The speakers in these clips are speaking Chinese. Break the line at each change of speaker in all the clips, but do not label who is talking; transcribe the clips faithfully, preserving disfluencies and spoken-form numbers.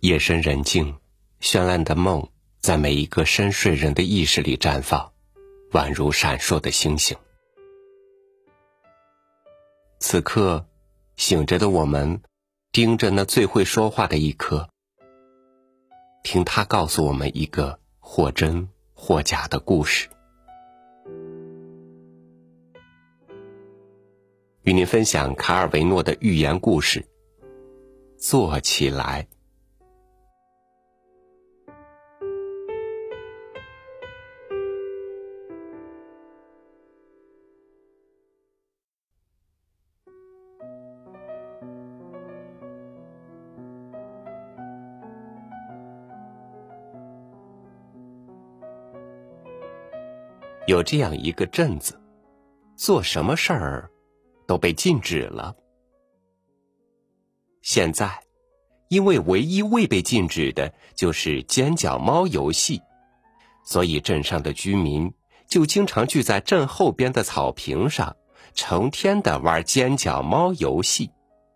夜深人静，绚烂的梦在每一个深睡人的意识里绽放，宛如闪烁的星星。此刻醒着的我们盯着那最会说话的一颗，听他告诉我们一个或真或假的故事。与您分享卡尔维诺的寓言故事，坐起来。有这样一个镇子，做什么事儿都被禁止了。现在，因为唯一未被禁止的就是尖角猫游戏，所以镇上的居民就经常聚在镇后边的草坪上，成天的玩尖角猫游戏。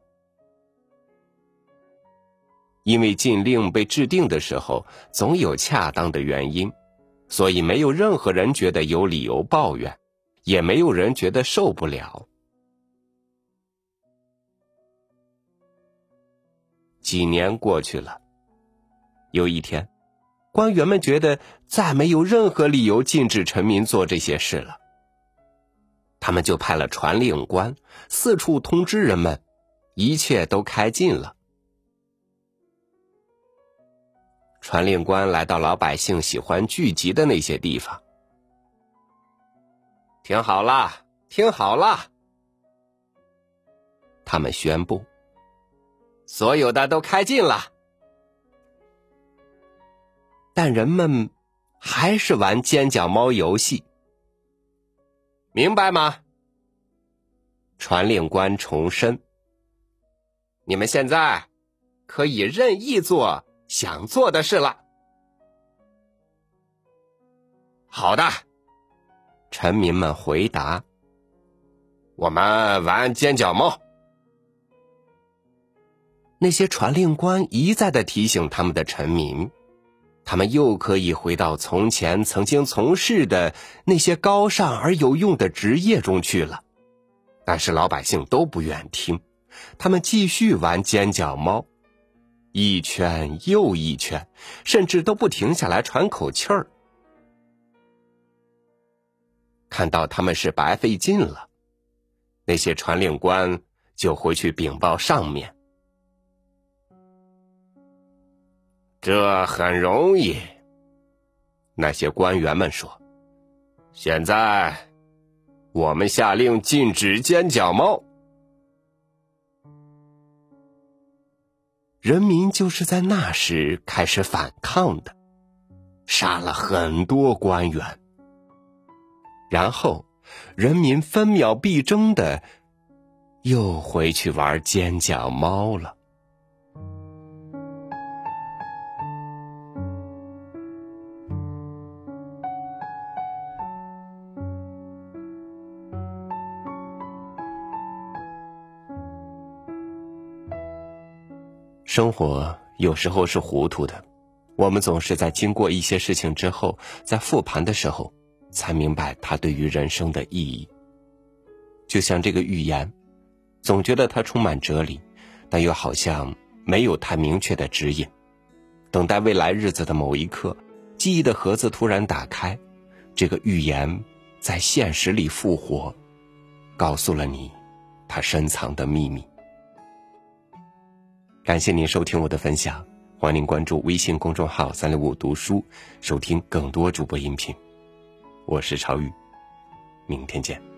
因为禁令被制定的时候，总有恰当的原因，所以没有任何人觉得有理由抱怨，也没有人觉得受不了。几年过去了，有一天，官员们觉得再没有任何理由禁止臣民做这些事了。他们就派了传令官，四处通知人们，一切都开禁了。传令官来到老百姓喜欢聚集的那些地方。听好了，听好了！他们宣布，所有的都开禁了。但人们还是玩尖角猫游戏，明白吗？传令官重申，你们现在可以任意做想做的事了。好的，臣民们回答，我们玩尖角猫。那些传令官一再地提醒他们的臣民，他们又可以回到从前曾经从事的那些高尚而有用的职业中去了。但是老百姓都不愿听，他们继续玩尖角猫，一圈又一圈，甚至都不停下来喘口气儿。看到他们是白费劲了，那些传令官就回去禀报上面。这很容易，那些官员们说，现在我们下令禁止尖角猫。人民就是在那时开始反抗的，杀了很多官员。然后人民分秒必争的又回去玩尖角猫了。生活有时候是糊涂的，我们总是在经过一些事情之后，在复盘的时候才明白它对于人生的意义。就像这个寓言，总觉得它充满哲理，但又好像没有太明确的指引。等待未来日子的某一刻，记忆的盒子突然打开，这个寓言在现实里复活，告诉了你它深藏的秘密。感谢您收听我的分享，欢迎您关注微信公众号三六五读书，收听更多主播音频。我是超宇，明天见。